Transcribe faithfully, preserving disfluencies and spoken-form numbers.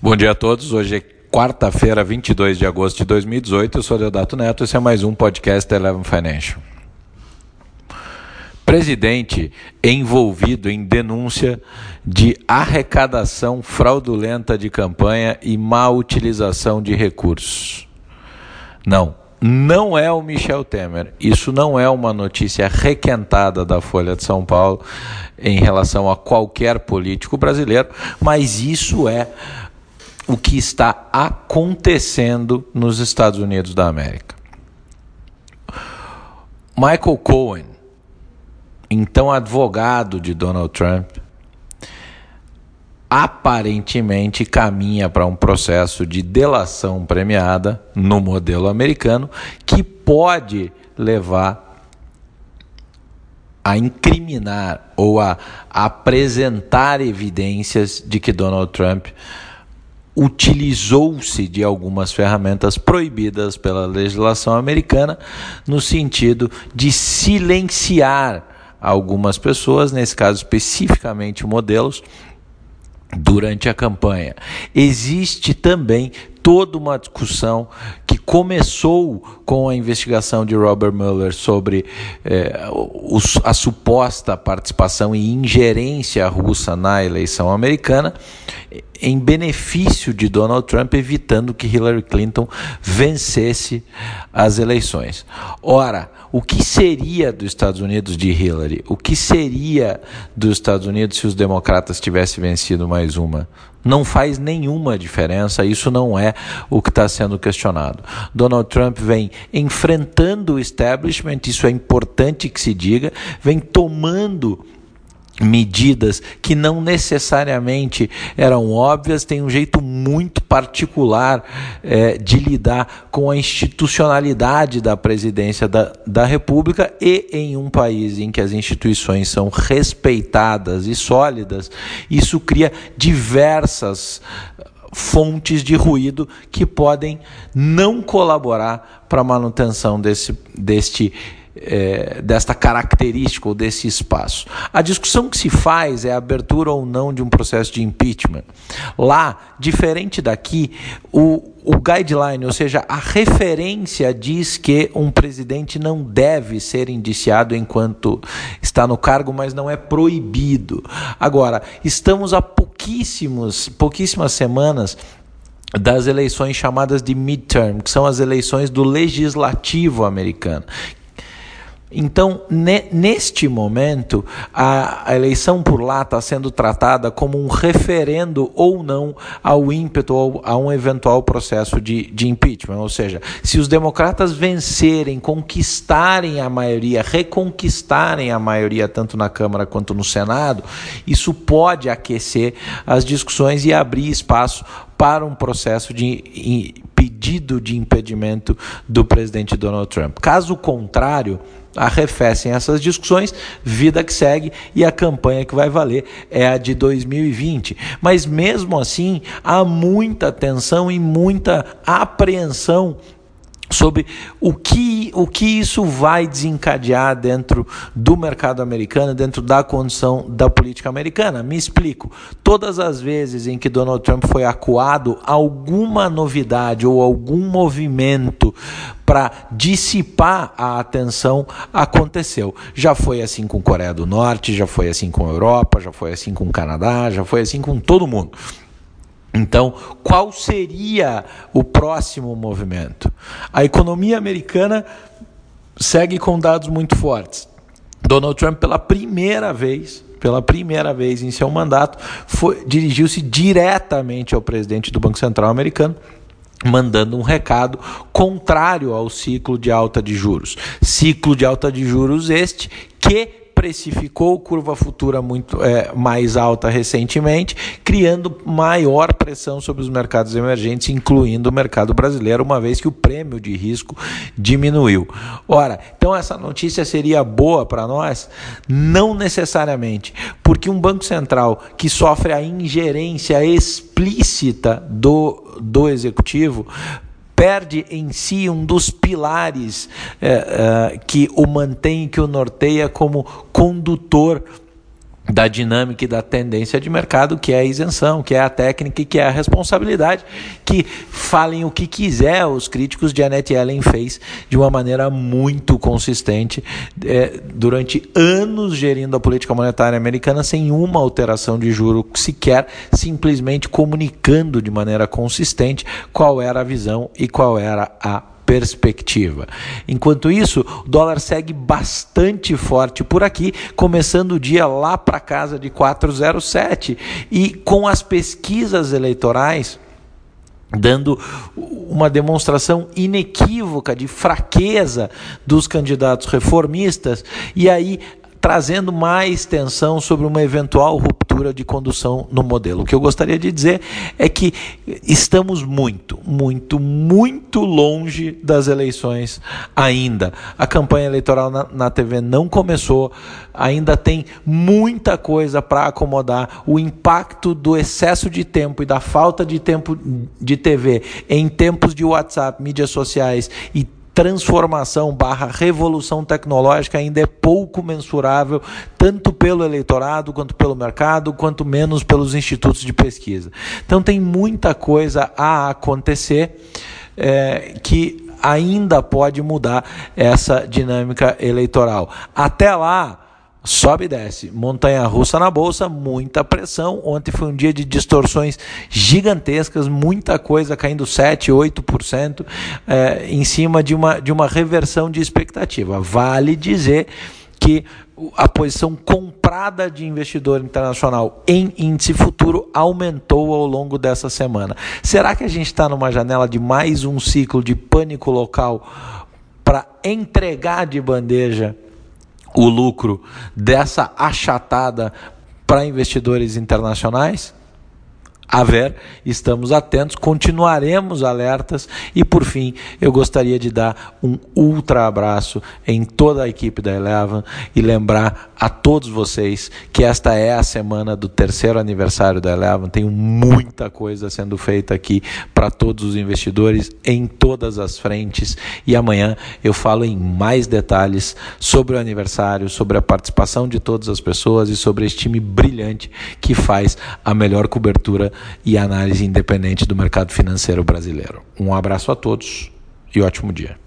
Bom dia a todos, hoje é quarta-feira, vinte e dois de agosto de dois mil e dezoito, eu sou Deodato Neto, esse é mais um podcast da Eleven Financial. Presidente envolvido em denúncia de arrecadação fraudulenta de campanha e má utilização de recursos. Não, não é o Michel Temer, isso não é uma notícia requentada da Folha de São Paulo em relação a qualquer político brasileiro, mas isso é o que está acontecendo nos Estados Unidos da América. Michael Cohen, então advogado de Donald Trump, aparentemente caminha para um processo de delação premiada no modelo americano que pode levar a incriminar ou a apresentar evidências de que Donald Trump utilizou-se de algumas ferramentas proibidas pela legislação americana no sentido de silenciar algumas pessoas, nesse caso especificamente modelos, durante a campanha. Existe também toda uma discussão que começou com a investigação de Robert Mueller sobre eh, os, a suposta participação e ingerência russa na eleição americana, em benefício de Donald Trump, evitando que Hillary Clinton vencesse as eleições. Ora, o que seria dos Estados Unidos de Hillary? O que seria dos Estados Unidos se os democratas tivessem vencido mais uma? Não faz nenhuma diferença, isso não é o que está sendo questionado. Donald Trump vem enfrentando o establishment, isso é importante que se diga, vem tomando medidas que não necessariamente eram óbvias, tem um jeito muito particular é, de lidar com a institucionalidade da presidência da, da República, e em um país em que as instituições são respeitadas e sólidas, isso cria diversas fontes de ruído que podem não colaborar para a manutenção desse, deste É, desta característica ou desse espaço. A discussão que se faz é a abertura ou não de um processo de impeachment. Lá, diferente daqui, o, o guideline, ou seja, a referência diz que um presidente não deve ser indiciado enquanto está no cargo, mas não é proibido. Agora, estamos há pouquíssimos, pouquíssimas semanas das eleições chamadas de midterm, que são as eleições do legislativo americano. Então, ne, neste momento, a, a eleição por lá está sendo tratada como um referendo ou não ao ímpeto ou a um eventual processo de, de impeachment. Ou seja, se os democratas vencerem, conquistarem a maioria, reconquistarem a maioria tanto na Câmara quanto no Senado, isso pode aquecer as discussões e abrir espaço para um processo de pedido de impedimento do presidente Donald Trump. Caso contrário, arrefecem essas discussões, vida que segue, e a campanha que vai valer é a de dois mil e vinte. Mas mesmo assim, há muita tensão e muita apreensão sobre o que, o que isso vai desencadear dentro do mercado americano, dentro da condição da política americana. Me explico. Todas as vezes em que Donald Trump foi acuado, alguma novidade ou algum movimento para dissipar a atenção aconteceu. Já foi assim com Coreia do Norte, já foi assim com a Europa, já foi assim com o Canadá, já foi assim com todo mundo. Então, qual seria o próximo movimento? A economia americana segue com dados muito fortes. Donald Trump, pela primeira vez, pela primeira vez em seu mandato, foi, dirigiu-se diretamente ao presidente do Banco Central americano, mandando um recado contrário ao ciclo de alta de juros. Ciclo de alta de juros este que precificou curva futura muito é, mais alta recentemente, criando maior pressão sobre os mercados emergentes, incluindo o mercado brasileiro, uma vez que o prêmio de risco diminuiu. Ora, então essa notícia seria boa para nós? Não necessariamente, porque um Banco Central que sofre a ingerência explícita do, do executivo perde em si um dos pilares é, é, que o mantém, que o norteia como condutor da dinâmica e da tendência de mercado, que é a isenção, que é a técnica e que é a responsabilidade, que falem o que quiser, os críticos, Janet Yellen fez de uma maneira muito consistente é, durante anos gerindo a política monetária americana sem uma alteração de juro sequer, simplesmente comunicando de maneira consistente qual era a visão e qual era a perspectiva. Enquanto isso, o dólar segue bastante forte por aqui, começando o dia lá para casa de quatro zero sete, e com as pesquisas eleitorais dando uma demonstração inequívoca de fraqueza dos candidatos reformistas, e aí trazendo mais tensão sobre uma eventual ruptura de condução no modelo. O que eu gostaria de dizer é que estamos muito, muito, muito longe das eleições ainda. A campanha eleitoral na, na T V não começou, ainda tem muita coisa para acomodar. O impacto do excesso de tempo e da falta de tempo de T V em tempos de WhatsApp, mídias sociais e transformação barra revolução tecnológica ainda é pouco mensurável, tanto pelo eleitorado, quanto pelo mercado, quanto menos pelos institutos de pesquisa. Então tem muita coisa a acontecer é, que ainda pode mudar essa dinâmica eleitoral. Até lá, sobe e desce, montanha-russa na bolsa, muita pressão. Ontem foi um dia de distorções gigantescas, muita coisa caindo sete, oito por cento é, em cima de uma, de uma reversão de expectativa. Vale dizer que a posição comprada de investidor internacional em índice futuro aumentou ao longo dessa semana. Será que a gente está numa janela de mais um ciclo de pânico local para entregar de bandeja o lucro dessa achatada para investidores internacionais? A ver, estamos atentos, continuaremos alertas e, por fim, eu gostaria de dar um ultra abraço em toda a equipe da Eleven e lembrar a todos vocês que esta é a semana do terceiro aniversário da Eleven. Tem muita coisa sendo feita aqui para todos os investidores em todas as frentes, e amanhã eu falo em mais detalhes sobre o aniversário, sobre a participação de todas as pessoas e sobre esse time brilhante que faz a melhor cobertura e análise independente do mercado financeiro brasileiro. Um abraço a todos e ótimo dia.